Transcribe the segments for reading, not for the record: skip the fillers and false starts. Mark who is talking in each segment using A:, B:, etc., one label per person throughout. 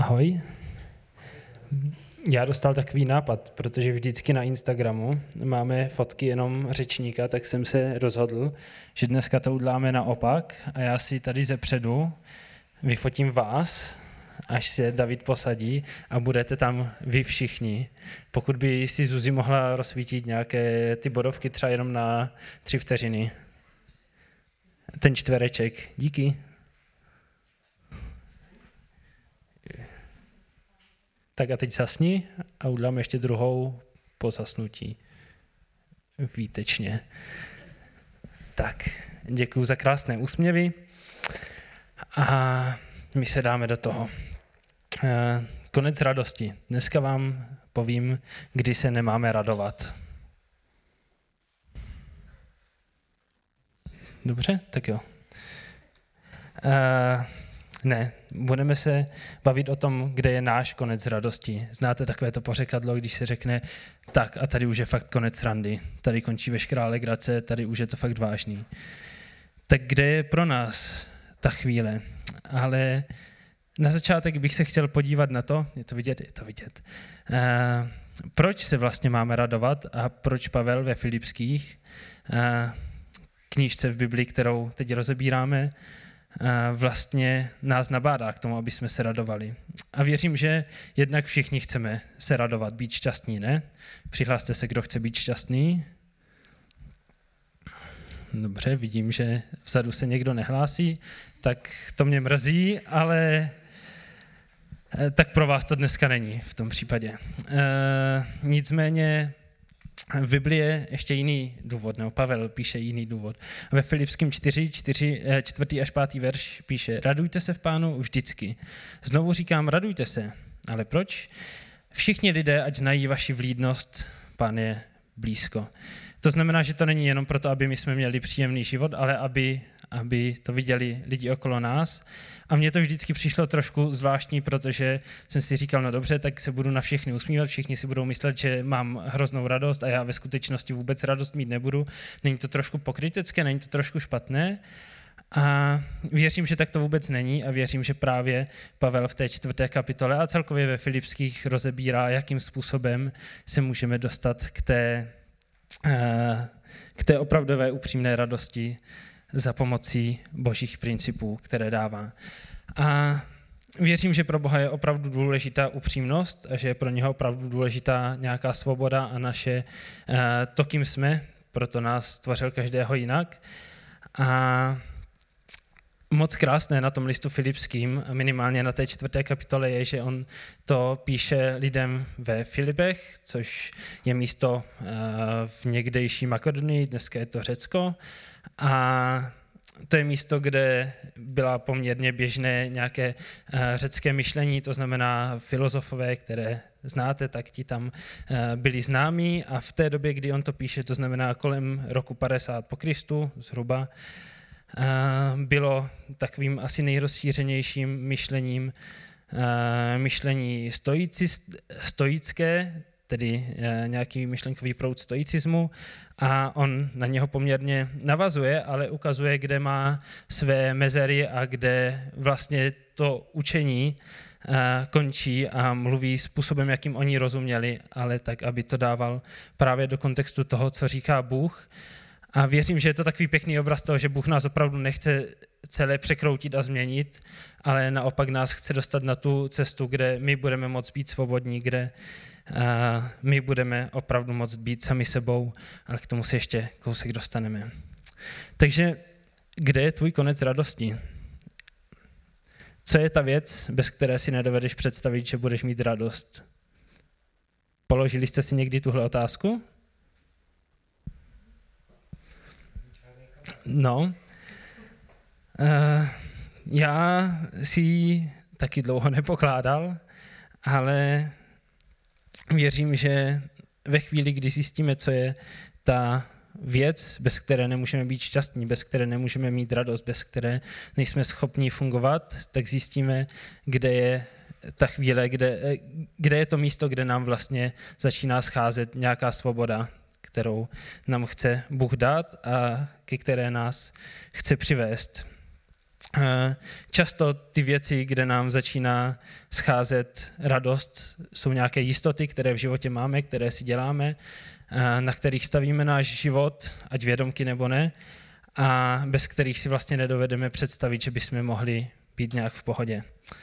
A: Ahoj. Já dostal takový nápad, protože vždycky na Instagramu máme fotky jenom řečníka, tak jsem se rozhodl, že dneska to uděláme naopak a já si tady zepředu vyfotím vás, až se David posadí a budete tam vy všichni. Pokud by si Zuzi mohla rozsvítit nějaké ty bodovky třeba jenom na 3 vteřiny. Ten čtvereček. Díky. Tak a teď zasni a uděláme ještě druhou po zasnutí. Výtečně. Tak, děkuju za krásné úsměvy a my se dáme do toho. Konec radosti. Dneska vám povím, kdy se nemáme radovat. Dobře? Tak jo. Ne, budeme se bavit o tom, kde je náš konec radosti. Znáte takové to pořekadlo, když se řekne, tak a tady už je fakt konec randy, tady končí veškerá legrace, tady už je to fakt vážný. Tak kde je pro nás ta chvíle? Ale na začátek bych se chtěl podívat na to, je to vidět, proč se vlastně máme radovat a proč Pavel ve Filipských knížce v Biblii, kterou teď rozebíráme, vlastně nás nabádá k tomu, aby jsme se radovali. A věřím, že jednak všichni chceme se radovat, být šťastní, ne? Přihlaste se, kdo chce být šťastný. Dobře, vidím, že vzadu se někdo nehlásí, tak to mě mrzí, ale tak pro vás to dneska není v tom případě. Nicméně v Biblii je ještě jiný důvod, nebo Pavel píše jiný důvod. Ve Filipským 4. až 5. verš píše, radujte se v Pánu vždycky. Znovu říkám, radujte se. Ale proč? Všichni lidé, ať znají vaši vlídnost, Pán je blízko. To znamená, že to není jenom proto, aby my jsme měli příjemný život, ale aby to viděli lidi okolo nás. A mně to vždycky přišlo trošku zvláštní, protože jsem si říkal, no dobře, tak se budu na všechny usmívat, všichni si budou myslet, že mám hroznou radost a já ve skutečnosti vůbec radost mít nebudu. Není to trošku pokrytecké, není to trošku špatné? A věřím, že tak to vůbec není a věřím, že právě Pavel v té 4. kapitole a celkově ve Filipských rozebírá, jakým způsobem se můžeme dostat k té opravdové upřímné radosti za pomocí božích principů, které dává. A věřím, že pro Boha je opravdu důležitá upřímnost a že je pro něho opravdu důležitá nějaká svoboda a naše to, kým jsme, proto nás stvořil každého jinak. A moc krásné na tom listu Filipským, minimálně na té 4. kapitole, je, že on to píše lidem ve Filipech, což je místo v někdejší Makedonii, dneska je to Řecko. A to je místo, kde byla poměrně běžné nějaké řecké myšlení, to znamená filozofové, které znáte, tak ti tam byli známí a v té době, kdy on to píše, to znamená kolem roku 50 po Kristu zhruba, bylo takovým asi nejrozšířenějším myšlení stoické, tedy nějaký myšlenkový proud stoicismu a on na něho poměrně navazuje, ale ukazuje, kde má své mezery a kde vlastně to učení končí a mluví způsobem, jakým oni rozuměli, ale tak, aby to dával právě do kontextu toho, co říká Bůh. A věřím, že je to takový pěkný obraz toho, že Bůh nás opravdu nechce celé překroutit a změnit, ale naopak nás chce dostat na tu cestu, kde my budeme moct být svobodní, kde my budeme opravdu moct být sami sebou, ale k tomu se ještě kousek dostaneme. Takže kde je tvůj konec radosti? Co je ta věc, bez které si nedovedeš představit, že budeš mít radost? Položili jste si někdy tuhle otázku? No, já si ji taky dlouho nepokládal, ale věřím, že ve chvíli, kdy zjistíme, co je ta věc, bez které nemůžeme být šťastní, bez které nemůžeme mít radost, bez které nejsme schopni fungovat, tak zjistíme, kde je ta chvíle, kde je to místo, kde nám vlastně začíná scházet nějaká svoboda, kterou nám chce Bůh dát a ke které nás chce přivést. často ty věci, kde nám začíná scházet radost, jsou nějaké jistoty, které v životě máme, které si děláme, na kterých stavíme náš život, ať vědomky nebo ne, a bez kterých si vlastně nedovedeme představit, že bychom mohli být nějak v pohodě.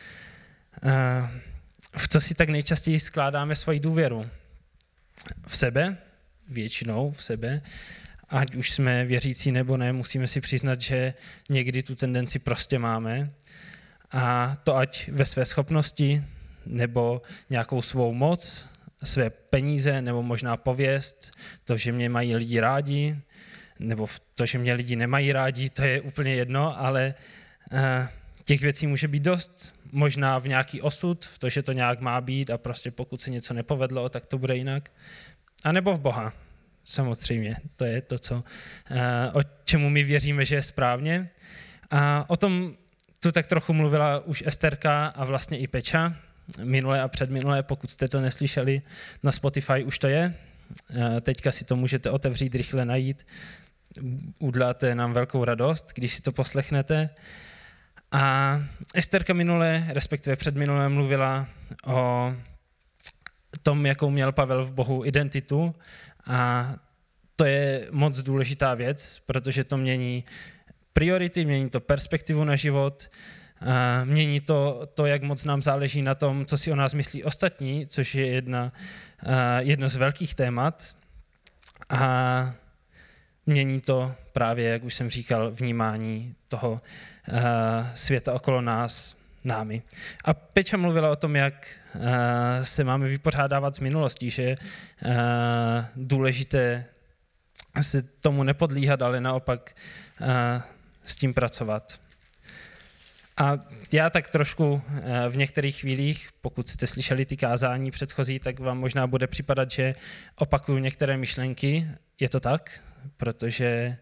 A: V co si tak nejčastěji skládáme svoji důvěru? V sebe, většinou v sebe, ať už jsme věřící nebo ne, musíme si přiznat, že někdy tu tendenci prostě máme. A to ať ve své schopnosti, nebo nějakou svou moc, své peníze, nebo možná pověst, to, že mě mají lidi rádi, nebo to, že mě lidi nemají rádi, to je úplně jedno, ale těch věcí může být dost. Možná v nějaký osud, v to, že to nějak má být a prostě pokud se něco nepovedlo, tak to bude jinak. A nebo v Boha. Samozřejmě, to je to, o čemu my věříme, že je správně. A o tom tu tak trochu mluvila už Esterka a vlastně i Peča, minulé a předminulé, pokud jste to neslyšeli, na Spotify už to je. Teďka si to můžete otevřít, rychle najít. Uděláte nám velkou radost, když si to poslechnete. A Esterka minule, respektive předminule, mluvila o tom, jakou měl Pavel v Bohu identitu, a to je moc důležitá věc, protože to mění priority, mění to perspektivu na život, mění to, jak moc nám záleží na tom, co si o nás myslí ostatní, což je jedno z velkých témat. A mění to právě, jak už jsem říkal, vnímání toho světa okolo nás námi. A Peča mluvila o tom, jak se máme vypořádávat s minulostí, že je důležité se tomu nepodlíhat, ale naopak s tím pracovat. A já tak trošku v některých chvílích, pokud jste slyšeli ty kázání předchozí, tak vám možná bude připadat, že opakuju některé myšlenky. Je to tak, protože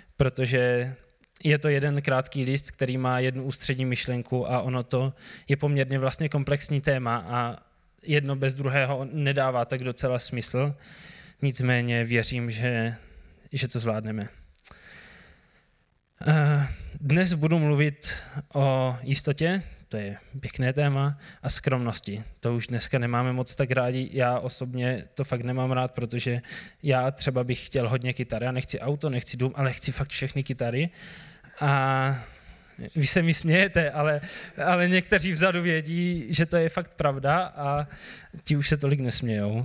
A: je to jeden krátký list, který má jednu ústřední myšlenku a ono to je poměrně vlastně komplexní téma a jedno bez druhého nedává tak docela smysl. Nicméně věřím, že to zvládneme. Dnes budu mluvit o jistotě, to je pěkné téma, a skromnosti. To už dneska nemáme moc tak rádi. Já osobně to fakt nemám rád, protože já třeba bych chtěl hodně kytar. Já nechci auto, nechci dům, ale chci fakt všechny kytary. A vy se mi smějete, ale někteří vzadu vědí, že to je fakt pravda a ti už se tolik nesmějou.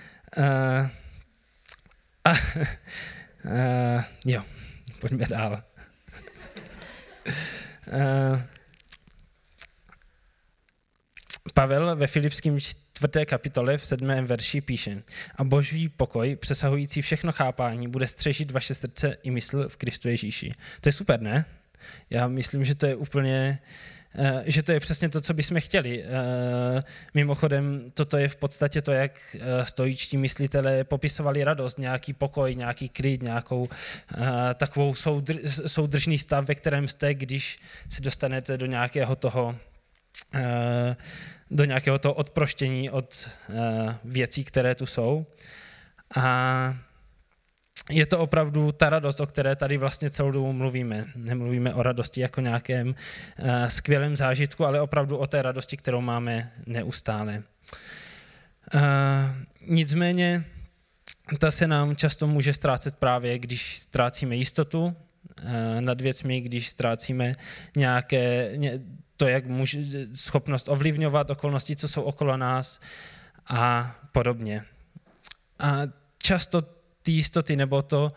A: Jo, pojďme dál. Pavel ve Filipským 4. kapitole v 7. verši píše: a boží pokoj, přesahující všechno chápání, bude střežit vaše srdce i mysl v Kristu Ježíši. To je super, ne? Já myslím, že to je úplně, že to je přesně to, co bychom chtěli. Mimochodem, toto je v podstatě to, jak stoičtí myslitelé popisovali radost, nějaký pokoj, nějaký klid, nějakou takovou soudržný stav, ve kterém jste, když se dostanete do nějakého toho odproštění od věcí, které tu jsou. A je to opravdu ta radost, o které tady vlastně celou dobu mluvíme. Nemluvíme o radosti jako nějakém skvělém zážitku, ale opravdu o té radosti, kterou máme neustále. Nicméně ta se nám často může ztrácet právě, když ztrácíme jistotu nad věcmi, když ztrácíme to, jak schopnost ovlivňovat okolnosti, co jsou okolo nás a podobně. A často ty jistoty nebo to,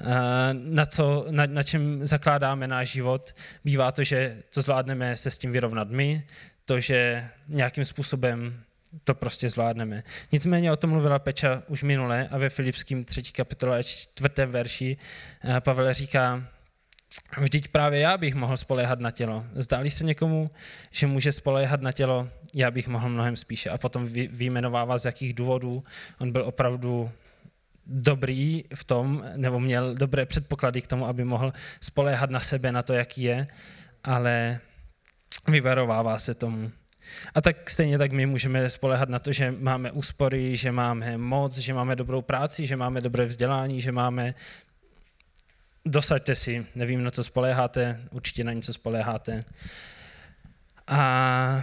A: na čem zakládáme náš život, bývá to, že to zvládneme se s tím vyrovnat my, to, že nějakým způsobem to prostě zvládneme. Nicméně o tom mluvila Peča už minule a ve Filipským 3. kapitole a 4. verši Pavel říká: vždyť právě já bych mohl spoléhat na tělo. Zdáli se někomu, že může spoléhat na tělo, já bych mohl mnohem spíše. A potom vyjmenovává, z jakých důvodů. On byl opravdu dobrý v tom, nebo měl dobré předpoklady k tomu, aby mohl spoléhat na sebe, na to, jaký je, ale vyvarovává se tomu. A tak stejně tak my můžeme spoléhat na to, že máme úspory, že máme moc, že máme dobrou práci, že máme dobré vzdělání, že máme dosaďte si, nevím, na co spoléháte, určitě na něco spoléháte. A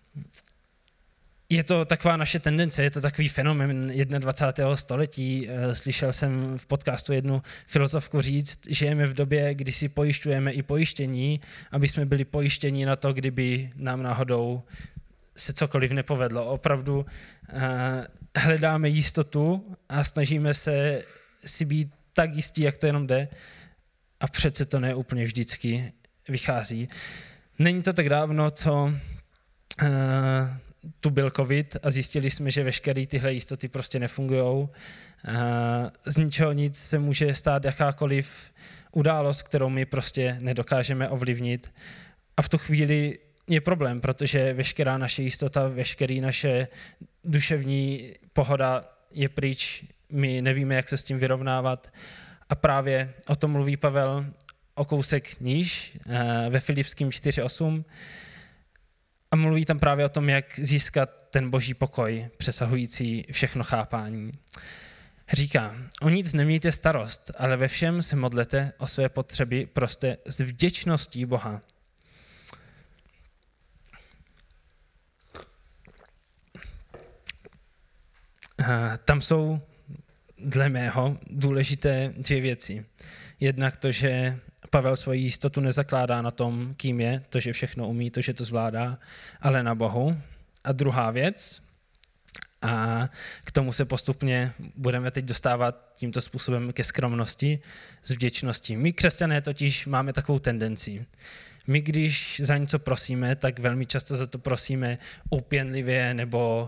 A: je to taková naše tendence, je to takový fenomén 21. století. Slyšel jsem v podcastu jednu filozofku říct, žijeme v době, kdy si pojišťujeme i pojištění, aby jsme byli pojištěni na to, kdyby nám náhodou se cokoliv nepovedlo. Opravdu hledáme jistotu a snažíme se si být tak jistí, jak to jenom jde, a přece to ne úplně vždycky vychází. Není to tak dávno, co tu byl covid a zjistili jsme, že veškeré tyhle jistoty prostě nefungujou. Z ničeho nic se může stát jakákoliv událost, kterou my prostě nedokážeme ovlivnit. A v tu chvíli je problém, protože veškerá naše jistota, veškerý naše duševní pohoda je pryč. My nevíme, jak se s tím vyrovnávat. A právě o tom mluví Pavel o kousek níž ve Filipským 4:8. A mluví tam právě o tom, jak získat ten boží pokoj, přesahující všechno chápání. Říká, o nic nemějte starost, ale ve všem se modlete o své potřeby prostě s vděčností Boha. Tam jsou dle mého důležité dvě věci. Jednak to, že Pavel svoji jistotu nezakládá na tom, kým je, to, že všechno umí, to, že to zvládá, ale na Bohu. A druhá věc, a k tomu se postupně budeme teď dostávat tímto způsobem ke skromnosti, s vděčností. My křesťané totiž máme takovou tendenci. My, když za něco prosíme, tak velmi často za to prosíme úpěnlivě nebo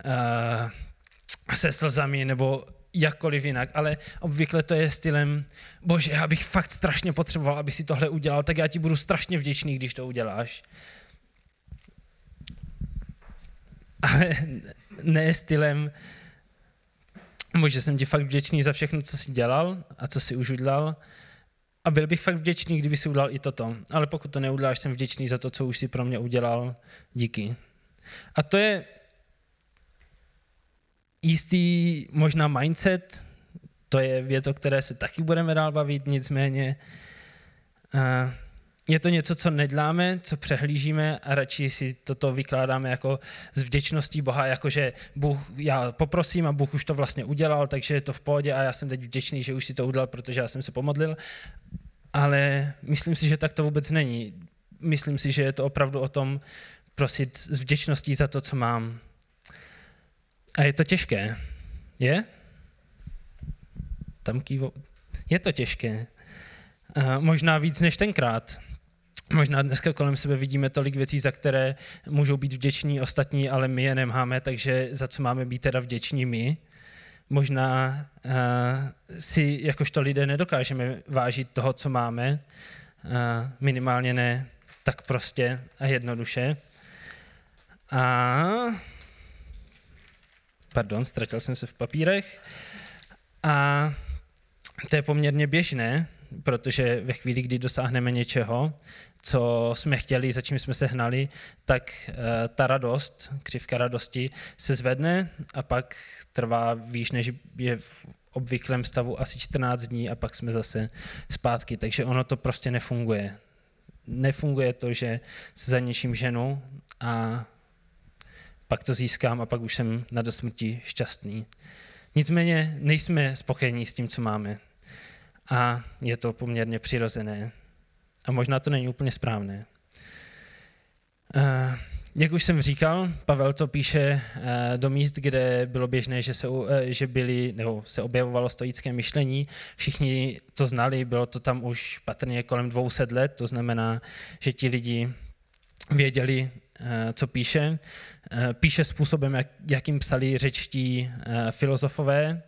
A: se slzami nebo jakkoliv jinak, ale obvykle to je stylem, bože, já bych fakt strašně potřeboval, aby si tohle udělal, tak já ti budu strašně vděčný, když to uděláš. Ale ne stylem, bože, jsem ti fakt vděčný za všechno, co jsi dělal a co jsi už udělal, a byl bych fakt vděčný, kdyby si udělal i toto. Ale pokud to neuděláš, jsem vděčný za to, co už si pro mě udělal. Díky. A to je jistý možná mindset, to je věc, o které se taky budeme dál bavit, nicméně je to něco, co neděláme, co přehlížíme a radši si toto vykládáme jako s vděčností Boha, jakože Bůh, já poprosím a Bůh už to vlastně udělal, takže je to v pohodě a já jsem teď vděčný, že už si to udělal, protože já jsem se pomodlil. Ale myslím si, že tak to vůbec není. Myslím si, že je to opravdu o tom prosit s vděčností za to, co mám. A je to těžké. Je? Tam kývo. Je to těžké. Možná víc než tenkrát. Možná dneska kolem sebe vidíme tolik věcí, za které můžou být vděční ostatní, ale my je nemáme, takže za co máme být teda vděční my? Možná si jakožto lidé nedokážeme vážit toho, co máme, minimálně ne tak prostě a jednoduše. Ztratil jsem se v papírech. A to je poměrně běžné, protože ve chvíli, kdy dosáhneme něčeho, co jsme chtěli, za čím jsme se hnali, tak ta radost, křivka radosti se zvedne a pak trvá výš, než je v obvyklém stavu asi 14 dní a pak jsme zase zpátky. Takže ono to prostě nefunguje. Nefunguje to, že se za něčím ženu a pak to získám a pak už jsem na dosmrti šťastný. Nicméně nejsme spokojení s tím, co máme. A je to poměrně přirozené. A možná to není úplně správné. Jak už jsem říkal, Pavel to píše do míst, kde bylo běžné, že se objevovalo stoické myšlení. Všichni to znali, bylo to tam už patrně kolem 200 let, to znamená, že ti lidi věděli, co píše. Píše způsobem, jakým psali řečtí filozofové.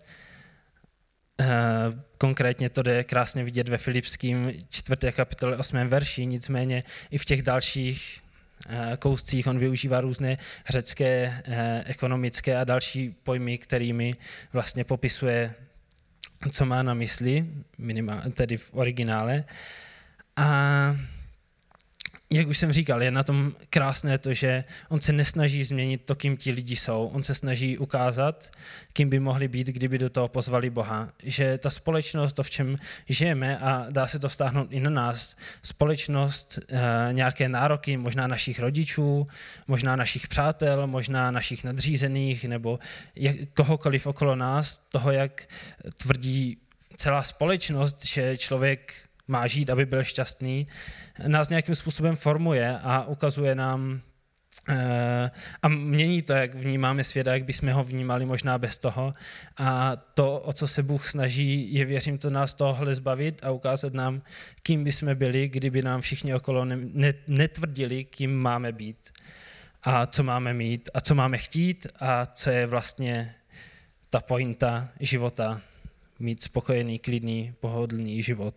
A: Konkrétně to jde krásně vidět ve Filipským 4. kapitole 8. verši, nicméně i v těch dalších kouscích on využívá různé řecké, ekonomické a další pojmy, kterými vlastně popisuje, co má na mysli, tedy v originále. A jak už jsem říkal, je na tom krásné to, že on se nesnaží změnit to, kým ti lidi jsou. On se snaží ukázat, kým by mohli být, kdyby do toho pozvali Boha. Že ta společnost, to, v čem žijeme, a dá se to vztáhnout i na nás, společnost, nějaké nároky, možná našich rodičů, možná našich přátel, možná našich nadřízených, nebo kohokoliv okolo nás, toho, jak tvrdí celá společnost, že člověk má žít, aby byl šťastný, nás nějakým způsobem formuje a ukazuje nám a mění to, jak vnímáme svět, jak bychom ho vnímali možná bez toho. A to, o co se Bůh snaží, je, věřím, to nás tohle zbavit a ukázat nám, kým bychom byli, kdyby nám všichni okolo netvrdili, kým máme být a co máme mít a co máme chtít a co je vlastně ta pointa života, mít spokojený, klidný, pohodlný život.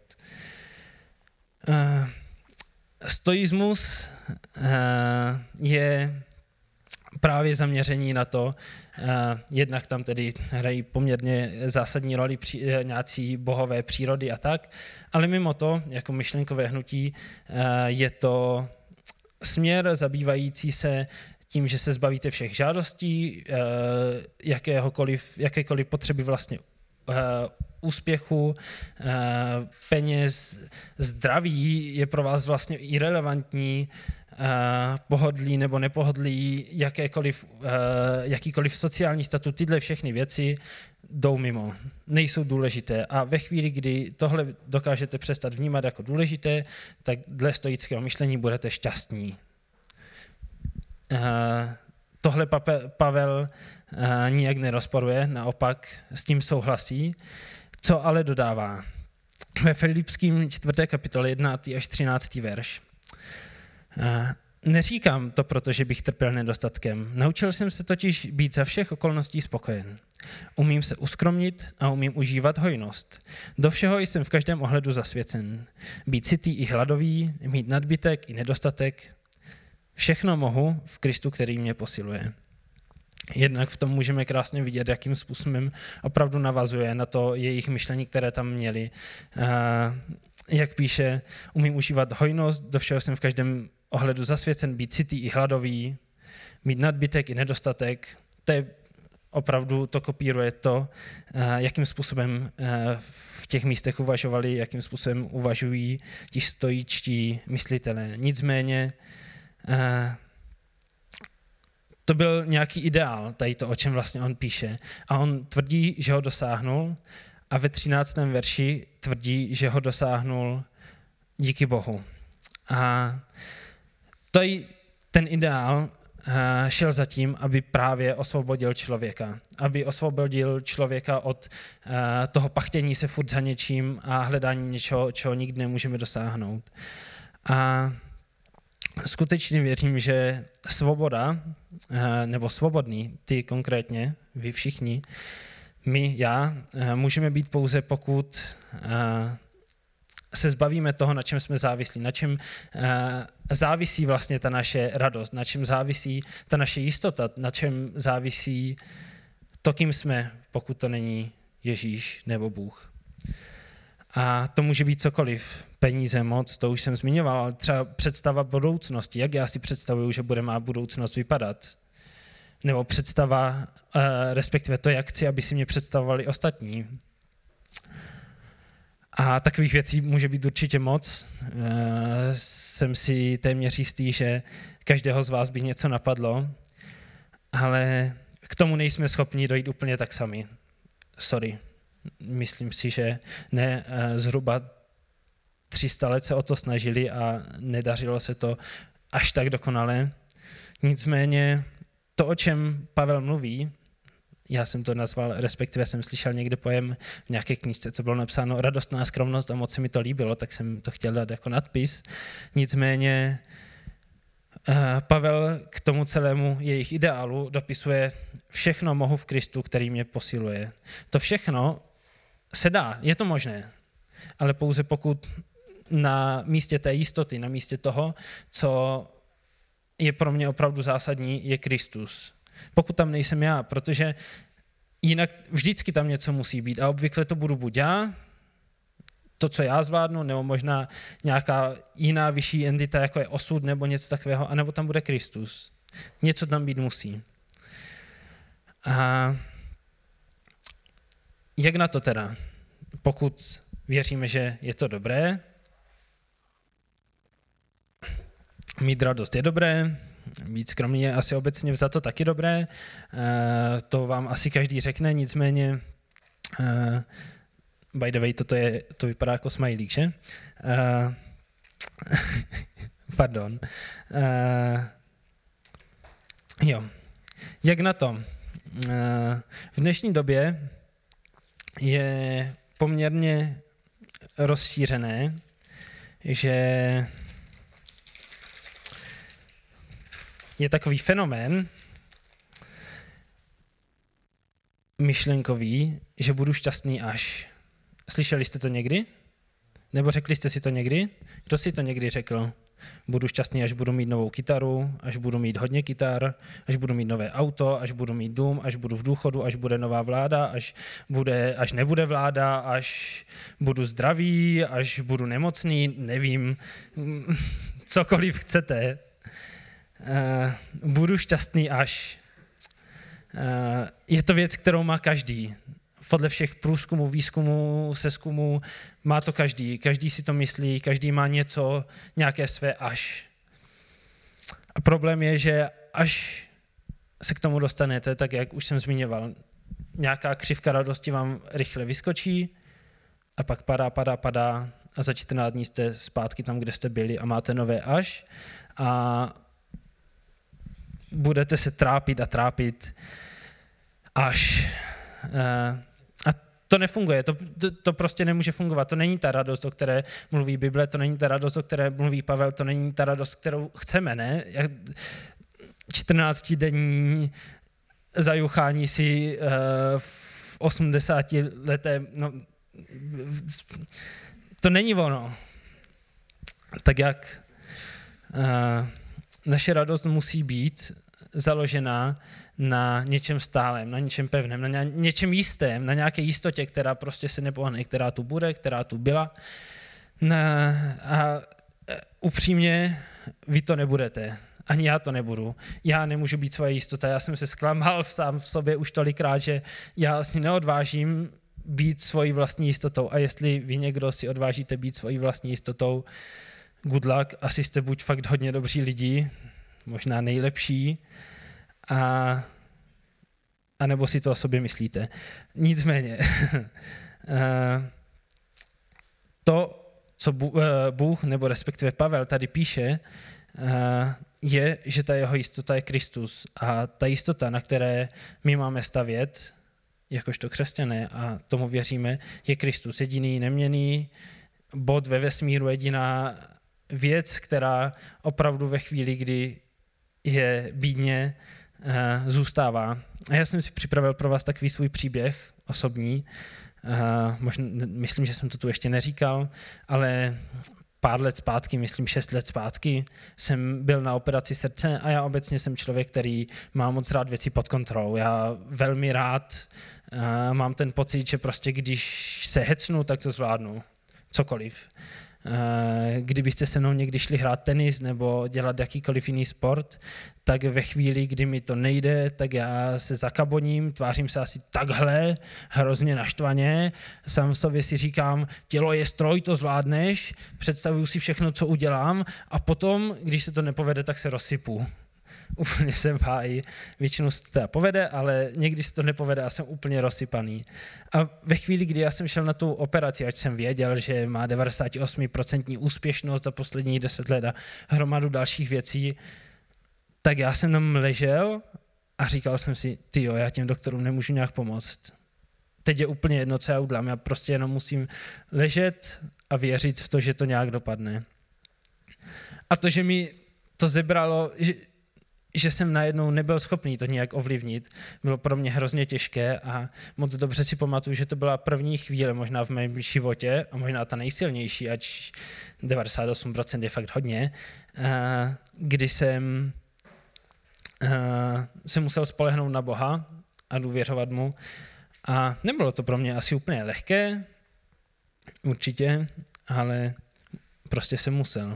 A: Stoismus je právě zaměření na to, jednak tam tedy hrají poměrně zásadní roli nějací bohové přírody a tak, ale mimo to, jako myšlenkové hnutí, je to směr zabývající se tím, že se zbavíte všech žádostí, jakékoliv potřeby vlastně úspěchu, peněz, zdraví je pro vás vlastně irelevantní, pohodlí nebo nepohodlí, jakýkoliv sociální statut, tyhle všechny věci jdou mimo, nejsou důležité. A ve chvíli, kdy tohle dokážete přestat vnímat jako důležité, tak dle stoického myšlení budete šťastní. Tohle Pavel nijak nerozporuje, naopak s tím souhlasí. Co ale dodává? Ve Filipským 4. kapitole 11. až 13. verš. Neříkám to, protože bych trpěl nedostatkem. Naučil jsem se totiž být za všech okolností spokojen. Umím se uskromnit a umím užívat hojnost. Do všeho jsem v každém ohledu zasvěcen. Být sytý i hladový, mít nadbytek i nedostatek. Všechno mohu v Kristu, který mě posiluje. Jednak v tom můžeme krásně vidět, jakým způsobem opravdu navazuje na to jejich myšlení, které tam měli. Jak píše, umím užívat hojnost, do všeho jsem v každém ohledu zasvěcen, být sytý i hladový, mít nadbytek i nedostatek. To je opravdu, to kopíruje to, jakým způsobem v těch místech uvažovali, jakým způsobem uvažují ti stoičtí myslitelé. Nicméně to byl nějaký ideál, tady to, o čem vlastně on píše. A on tvrdí, že ho dosáhnul a ve 13. verši tvrdí, že ho dosáhnul díky Bohu. A ten ideál šel za tím, aby právě osvobodil člověka. Aby osvobodil člověka od toho pachtění se furt za něčím a hledání něčeho, čeho nikdy nemůžeme dosáhnout. A skutečně věřím, že svoboda, nebo svobodný, ty konkrétně, vy všichni, já, můžeme být pouze, pokud se zbavíme toho, na čem jsme závislí, na čem závisí vlastně ta naše radost, na čem závisí ta naše jistota, na čem závisí to, kým jsme, pokud to není Ježíš nebo Bůh. A to může být cokoliv, peníze, moc, to už jsem zmiňoval, ale třeba představa budoucnosti, jak já si představuju, že bude má budoucnost vypadat. Nebo představa, respektive to, jak chci, aby si mě představovali ostatní. A takových věcí může být určitě moc. Jsem si téměř jistý, že každého z vás by něco napadlo, ale k tomu nejsme schopni dojít úplně tak sami. Sorry. Myslím si, že ne, zhruba 300 let se o to snažili a nedařilo se to až tak dokonale. Nicméně to, o čem Pavel mluví, já jsem to nazval, respektive jsem slyšel někde pojem v nějaké knížce, co bylo napsáno radostná skromnost a moc se mi to líbilo, tak jsem to chtěl dát jako nadpis. Nicméně Pavel k tomu celému jejich ideálu dopisuje všechno mohu v Kristu, který mě posiluje. To všechno se dá, je to možné, ale pouze pokud na místě té jistoty, na místě toho, co je pro mě opravdu zásadní, je Kristus. Pokud tam nejsem já, protože jinak vždycky tam něco musí být a obvykle to budu buď já, to, co já zvládnu, nebo možná nějaká jiná vyšší entita, jako je osud nebo něco takového, anebo tam bude Kristus. Něco tam být musí. A jak na to teda? Pokud věříme, že je to dobré, mít radost je dobré, být skromný je asi obecně vzato taky dobré, to vám asi každý řekne, nicméně by the way, to vypadá jako smajlík, že? Pardon. Jo. Jak na to? V dnešní době je poměrně rozšířené, že je takový fenomén myšlenkový, že budu šťastný až. Slyšeli jste to někdy? Nebo řekli jste si to někdy? Kdo si to někdy řekl? Budu šťastný, až budu mít novou kytaru, až budu mít hodně kytar, až budu mít nové auto, až budu mít dům, až budu v důchodu, až bude nová vláda, až nebude vláda, až budu zdravý, až budu nemocný, nevím, cokoliv chcete. Budu šťastný až. Je to věc, kterou má každý. Podle všech průzkumů, výzkumů, sezkumů má to každý. Každý si to myslí, každý má něco, nějaké své až. A problém je, že až se k tomu dostanete, tak jak už jsem zmiňoval, nějaká křivka radosti vám rychle vyskočí a pak padá a za 14 dní jste zpátky tam, kde jste byli a máte nové až a budete se trápit až. A to nefunguje, to prostě nemůže fungovat. To není ta radost, o které mluví Bible, to není ta radost, o které mluví Pavel, to není ta radost, kterou chceme, ne? 14denní zajuchání si v 80 letém, no, to není ono. Tak jak naše radost musí být založená na něčem stálem, na něčem pevném, na něčem jistém, na nějaké jistotě, která prostě se nepohne, která tu bude, která tu byla. A upřímně, vy to nebudete. Ani já to nebudu. Já nemůžu být svoje jistota. Já jsem se zklamal sám v sobě už tolikrát, že já vlastně neodvážím být svojí vlastní jistotou. A jestli vy někdo si odvážíte být svojí vlastní jistotou, good luck, asi jste buď fakt hodně dobří lidi, možná nejlepší, a nebo si to o sobě myslíte. Nicméně, to, co Bůh, nebo respektive Pavel tady píše, je, že ta jeho jistota je Kristus. A ta jistota, na které my máme stavět, jakožto křesťané, a tomu věříme, je Kristus. Jediný neměnný bod ve vesmíru, jediná věc, která opravdu ve chvíli, kdy je bídně, zůstává. A já jsem si připravil pro vás takový svůj příběh osobní. Možná, myslím, že jsem to tu ještě neříkal, ale pár let zpátky, myslím 6 let zpátky, jsem byl na operaci srdce a já obecně jsem člověk, který má moc rád věci pod kontrolou. Já velmi rád mám ten pocit, že prostě když se hecnu, tak to zvládnu. Cokoliv. Kdybyste se mnou někdy šli hrát tenis nebo dělat jakýkoliv jiný sport, tak ve chvíli, kdy mi to nejde, tak já se zakaboním, tvářím se asi takhle, hrozně naštvaně, sám v sobě si říkám, tělo je stroj, to zvládneš, představuju si všechno, co udělám a potom, když se to nepovede, tak se rozsypu. Úplně jsem v háji, většinou se to teda povede, ale někdy se to nepovede a jsem úplně rozsypaný. A ve chvíli, kdy já jsem šel na tu operaci, ať jsem věděl, že má 98% úspěšnost za posledních 10 let a hromadu dalších věcí, tak já jsem tam ležel a říkal jsem si, tyjo, já těm doktorům nemůžu nějak pomoct. Teď je úplně jedno, co já udělám, já prostě jenom musím ležet a věřit v to, že to nějak dopadne. A to, že mi to zebralo, že jsem najednou nebyl schopný to nějak ovlivnit, bylo pro mě hrozně těžké a moc dobře si pamatuju, že to byla první chvíle možná v mém životě a možná ta nejsilnější, ať 98% je fakt hodně, kdy jsem se musel spolehnout na Boha a důvěřovat mu a nebylo to pro mě asi úplně lehké, určitě, ale prostě jsem musel.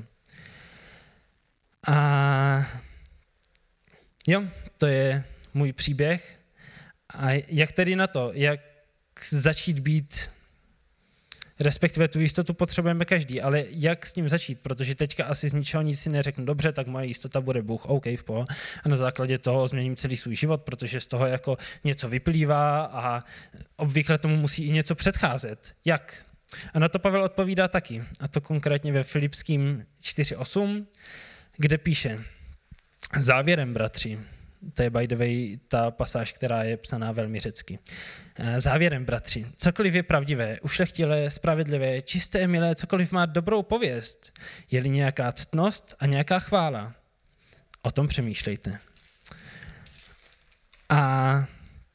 A: A jo, to je můj příběh. A jak tedy na to, jak začít být, respektive tu jistotu potřebujeme každý, ale jak s ním začít, protože teďka asi z ničeho nic si neřeknu, dobře, tak moje jistota bude Bůh, OK, v pohodě. A na základě toho změním celý svůj život, protože z toho jako něco vyplývá a obvykle tomu musí i něco předcházet. Jak? A na to Pavel odpovídá taky, a to konkrétně ve Filipským 4.8, kde píše: závěrem, bratři, to je by the way ta pasáž, která je psaná velmi řecky. Závěrem, bratři, cokoliv je pravdivé, ušlechtilé, spravedlivé, čisté, milé, cokoliv má dobrou pověst, je-li nějaká ctnost a nějaká chvála, o tom přemýšlejte. A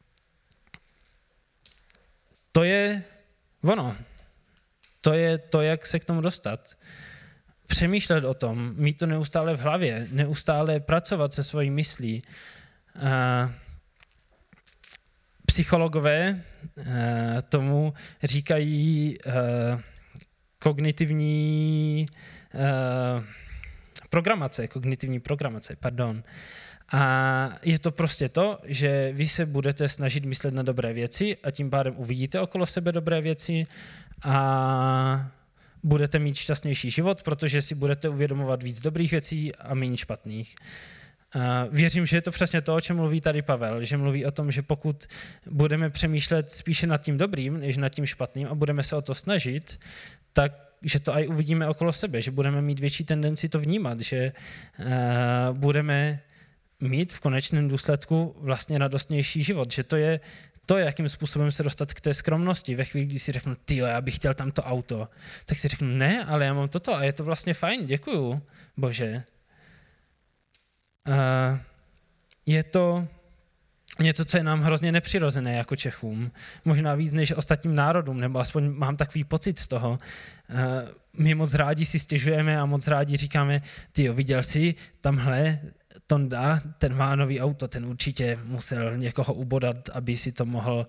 A: to je ono. To je to, jak se k tomu dostat. Přemýšlet o tom, mít to neustále v hlavě, neustále pracovat se svojí myslí. Psychologové tomu říkají kognitivní programace, pardon. A je to prostě to, že vy se budete snažit myslet na dobré věci a tím pádem uvidíte okolo sebe dobré věci a budete mít šťastnější život, protože si budete uvědomovat víc dobrých věcí a méně špatných. Věřím, že je to přesně to, o čem mluví tady Pavel, že mluví o tom, že pokud budeme přemýšlet spíše nad tím dobrým, než nad tím špatným a budeme se o to snažit, tak že to aj uvidíme okolo sebe, že budeme mít větší tendenci to vnímat, že budeme mít v konečném důsledku vlastně radostnější život, že to je to, jakým způsobem se dostat k té skromnosti. Ve chvíli, kdy si řeknu, tyjo, já bych chtěl tamto auto, tak si řeknu, ne, ale já mám toto a je to vlastně fajn, děkuju, Bože. Je to něco, co je nám hrozně nepřirozené jako Čechům, možná víc než ostatním národům, nebo aspoň mám takový pocit z toho. My moc rádi si stěžujeme a moc rádi říkáme, tyjo, viděl jsi, tamhle Tonda, ten má nový auto, ten určitě musel někoho ubodat, aby si to mohl...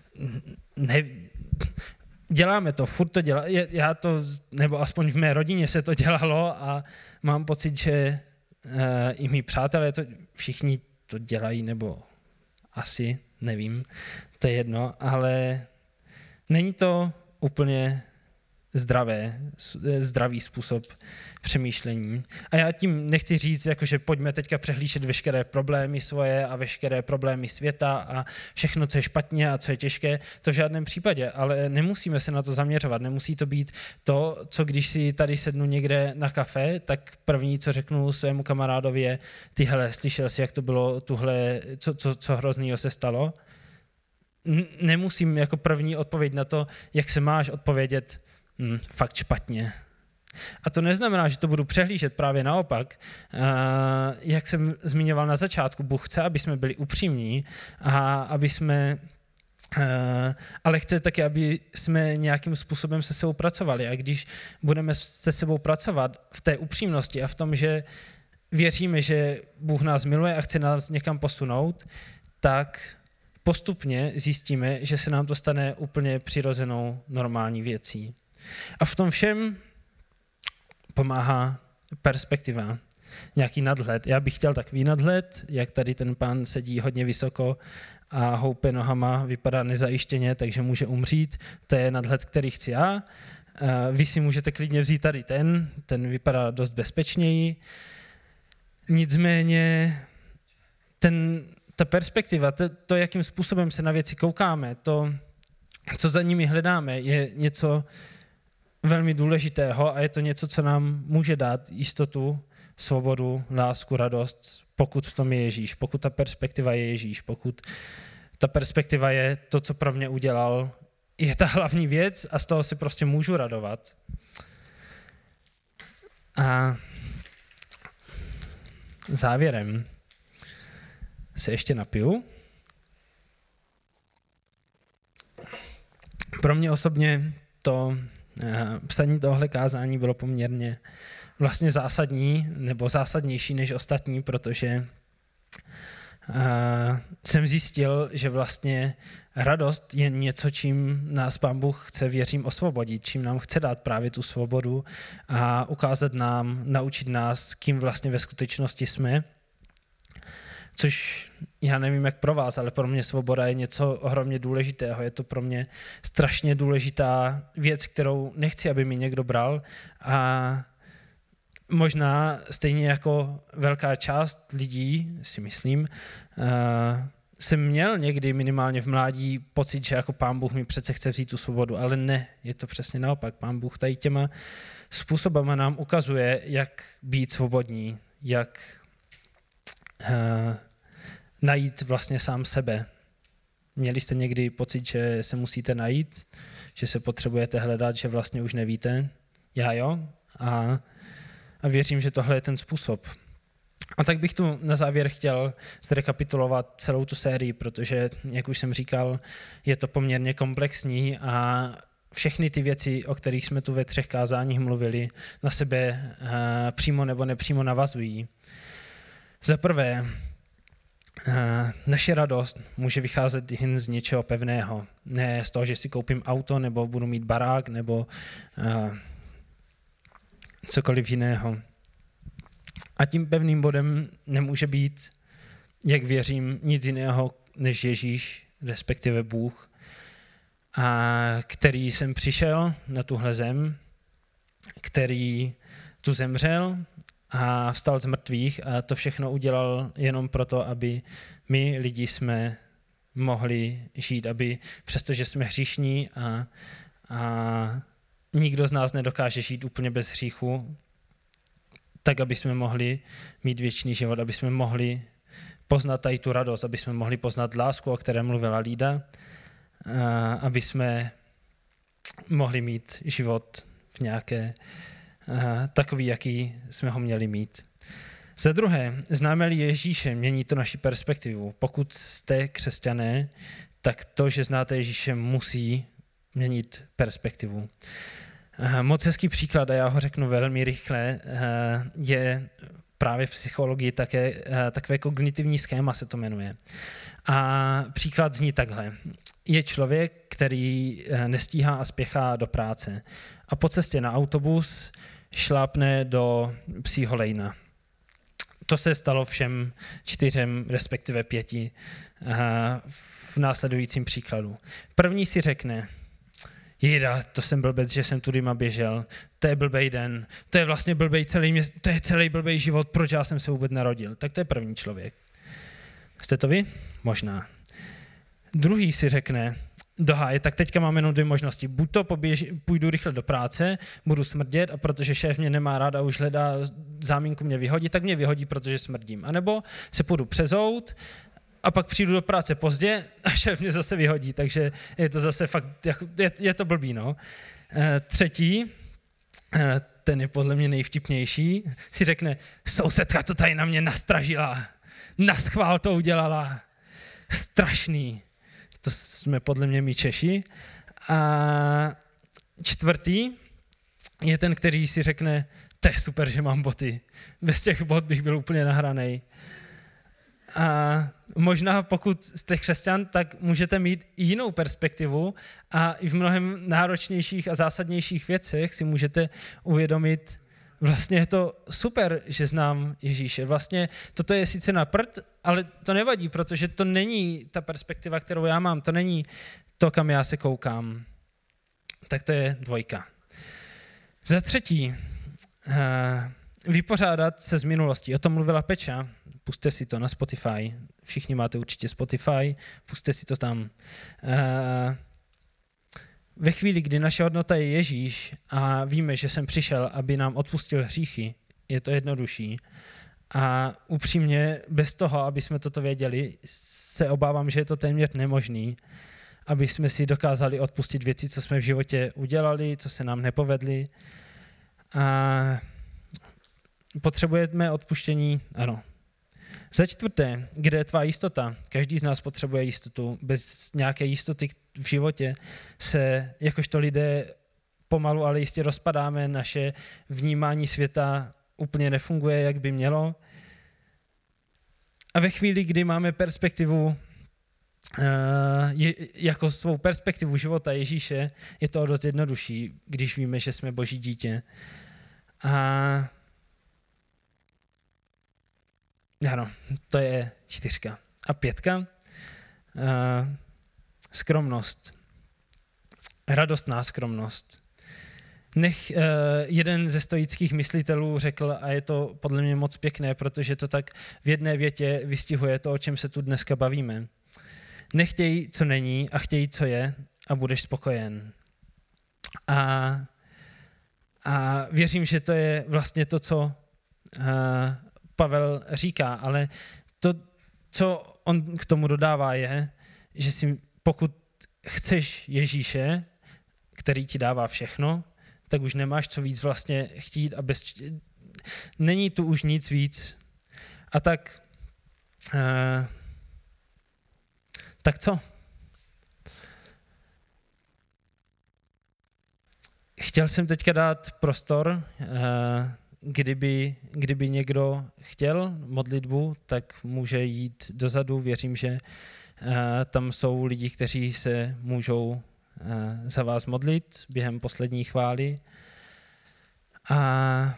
A: Děláme to, furt to dělá, já to, nebo aspoň v mé rodině se to dělalo a mám pocit, že i mý přátelé, to všichni to dělají, nebo asi, nevím, to je jedno, ale není to úplně zdravý způsob přemýšlení. A já tím nechci říct, jakože pojďme teďka přehlížet veškeré problémy svoje a veškeré problémy světa a všechno, co je špatně a co je těžké, to v žádném případě, ale nemusíme se na to zaměřovat, nemusí to být to, co když si tady sednu někde na kafe, tak první, co řeknu svému kamarádovi je, ty hele, slyšel jsi, jak to bylo tuhle, co hroznýho se stalo? Nemusím jako první odpověď na to, jak se máš odpovědět, fakt špatně. A to neznamená, že to budu přehlížet, právě naopak. Jak jsem zmiňoval na začátku, Bůh chce, aby jsme byli upřímní a aby jsme, ale chce taky, aby jsme nějakým způsobem se sebou pracovali. A když budeme se sebou pracovat v té upřímnosti a v tom, že věříme, že Bůh nás miluje a chce nás někam posunout, tak postupně zjistíme, že se nám to stane úplně přirozenou normální věcí. A v tom všem pomáhá perspektiva, nějaký nadhled. Já bych chtěl takový nadhled, jak tady ten pán sedí hodně vysoko a houpe nohama, vypadá nezajištěně, takže může umřít. To je nadhled, který chci já. Vy si můžete klidně vzít tady ten vypadá dost bezpečněji. Nicméně ta perspektiva, to, jakým způsobem se na věci koukáme, to, co za nimi hledáme, je něco velmi důležitého a je to něco, co nám může dát jistotu, svobodu, lásku, radost, pokud v tom je Ježíš, pokud ta perspektiva je Ježíš, pokud ta perspektiva je to, co pro mě udělal, je ta hlavní věc a z toho si prostě můžu radovat. A závěrem se ještě napiju. Pro mě osobně to psaní tohle kázání bylo poměrně vlastně zásadní, nebo zásadnější než ostatní, protože jsem zjistil, že vlastně radost je něco, čím nás Pán Bůh chce, věřím, osvobodit, čím nám chce dát právě tu svobodu a ukázat nám, naučit nás, kým vlastně ve skutečnosti jsme. Což já nevím, jak pro vás, ale pro mě svoboda je něco ohromně důležitého. Je to pro mě strašně důležitá věc, kterou nechci, aby mi někdo bral. A možná stejně jako velká část lidí, si myslím, jsem měl někdy minimálně v mládí pocit, že jako Pán Bůh mi přece chce vzít tu svobodu, ale ne, je to přesně naopak. Pán Bůh tady těma způsobama nám ukazuje, jak být svobodní, jak najít vlastně sám sebe. Měli jste někdy pocit, že se musíte najít, že se potřebujete hledat, že vlastně už nevíte? Já jo. A věřím, že tohle je ten způsob. A tak bych tu na závěr chtěl zrekapitulovat celou tu sérii, protože, jak už jsem říkal, je to poměrně komplexní a všechny ty věci, o kterých jsme tu ve 3 kázáních mluvili, na sebe přímo nebo nepřímo navazují. Za prvé, naše radost může vycházet jen z něčeho pevného. Ne z toho, že si koupím auto, nebo budu mít barák, nebo cokoliv jiného. A tím pevným bodem nemůže být, jak věřím, nic jiného než Ježíš, respektive Bůh, který sem přišel na tuhle zem, který tu zemřel a vstal z mrtvých a to všechno udělal jenom proto, aby my lidi jsme mohli žít, aby přestože jsme hříšní a nikdo z nás nedokáže žít úplně bez hříchu, tak aby jsme mohli mít věčný život, aby jsme mohli poznat tady tu radost, aby jsme mohli poznat lásku, o které mluvila Lída, aby jsme mohli mít život v nějaké takový, jaký jsme ho měli mít. Za druhé, známe-li Ježíše, mění to naši perspektivu. Pokud jste křesťané, tak to, že znáte Ježíše, musí měnit perspektivu. Moc hezký příklad, a já ho řeknu velmi rychle, je právě v psychologii takové kognitivní schéma se to jmenuje. A příklad zní takhle. Je člověk, který nestíhá a spěchá do práce a po cestě na autobus šlápne do psího lejna. To se stalo všem 4, respektive 5 v následujícím příkladu. První si řekne, Jejda, to jsem blbec, že jsem tudyma běžel, to je blbej den, to je vlastně blbej to je celý blbej život, proč já jsem se vůbec narodil. Tak to je první člověk. Jste to vy? Možná. Druhý si řekne, doháje, tak teďka máme jenom 2 možnosti. Buď to půjdu rychle do práce, budu smrdět a protože šéf mě nemá rád a už hledá záminku mě vyhodí, tak mě vyhodí, protože smrdím. A nebo se půjdu přezout a pak přijdu do práce pozdě a šéf mě zase vyhodí, takže je to zase fakt, je to blbý, no. Třetí, ten je podle mě nejvtipnější, si řekne, sousedka to tady na mě nastražila, naschvál to udělala, strašný. To jsme podle mě my Češi. A čtvrtý je ten, který si řekne, to je super, že mám boty. Bez těch bot bych byl úplně nahranej. A možná pokud jste křesťan, tak můžete mít jinou perspektivu a i v mnohem náročnějších a zásadnějších věcech si můžete uvědomit, vlastně je to super, že znám Ježíše. Vlastně toto je sice na prd, ale to nevadí, protože to není ta perspektiva, kterou já mám. To není to, kam já se koukám. Tak to je 2. Za třetí, vypořádat se s minulostí. O tom mluvila Peča. Pusťte si to na Spotify. Všichni máte určitě Spotify. Pusťte si to tam. Ve chvíli, kdy naše hodnota je Ježíš a víme, že jsem přišel, aby nám odpustil hříchy, je to jednodušší. A upřímně, bez toho, aby jsme toto věděli, se obávám, že je to téměř nemožný, aby jsme si dokázali odpustit věci, co jsme v životě udělali, co se nám nepovedly. A potřebujeme odpuštění? Ano. Za čtvrté, kde je tvá jistota? Každý z nás potřebuje jistotu. Bez nějaké jistoty v životě se jakožto lidé pomalu, ale jistě rozpadáme. Naše vnímání světa úplně nefunguje, jak by mělo. A ve chvíli, kdy máme perspektivu, jako svou perspektivu života Ježíše, je to dost jednodušší, když víme, že jsme Boží dítě. A ano, to je 4. A 5. Skromnost. Radostná skromnost. Jeden ze stoických myslitelů řekl, a je to podle mě moc pěkné, protože to tak v jedné větě vystihuje to, o čem se tu dneska bavíme. Nechtěj, co není, a chtěj, co je, a budeš spokojen. A věřím, že to je vlastně to, co Pavel říká, ale to, co on k tomu dodává, je, že si pokud chceš Ježíše, který ti dává všechno, tak už nemáš co víc vlastně chtít a není tu už nic víc. A tak co? Chtěl jsem teďka dát prostor, kdyby někdo chtěl modlitbu, tak může jít dozadu. Věřím, že tam jsou lidi, kteří se můžou za vás modlit během poslední chvály. A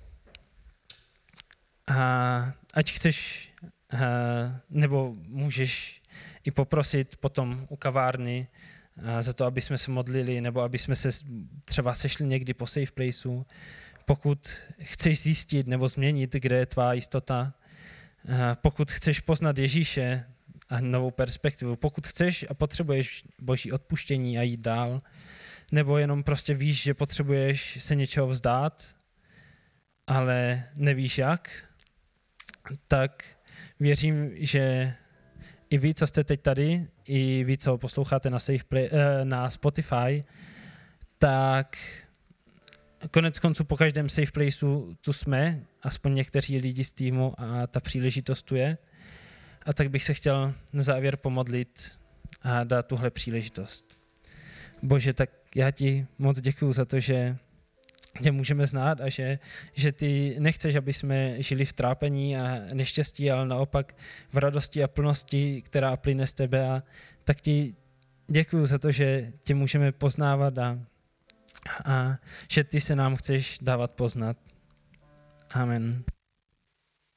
A: ať chceš, nebo můžeš i poprosit potom u kavárny za to, aby jsme se modlili, nebo aby jsme se třeba sešli někdy po safe placeu. Pokud chceš zjistit nebo změnit, kde je tvá jistota, pokud chceš poznat Ježíše a novou perspektivu, pokud chceš a potřebuješ Boží odpuštění a jít dál, nebo jenom prostě víš, že potřebuješ se něčeho vzdát, ale nevíš jak, tak věřím, že i vy, co jste teď tady, i vy, co posloucháte na Spotify, tak konec konců po každém safe placeu tu jsme, aspoň někteří lidi z týmu a ta příležitost tu je. A tak bych se chtěl na závěr pomodlit a dát tuhle příležitost. Bože, tak já ti moc děkuju za to, že tě můžeme znát a že ty nechceš, aby jsme žili v trápení a neštěstí, ale naopak v radosti a plnosti, která plyne z tebe. A tak ti děkuju za to, že tě můžeme poznávat a že ty se nám chceš dávat poznat. Amen.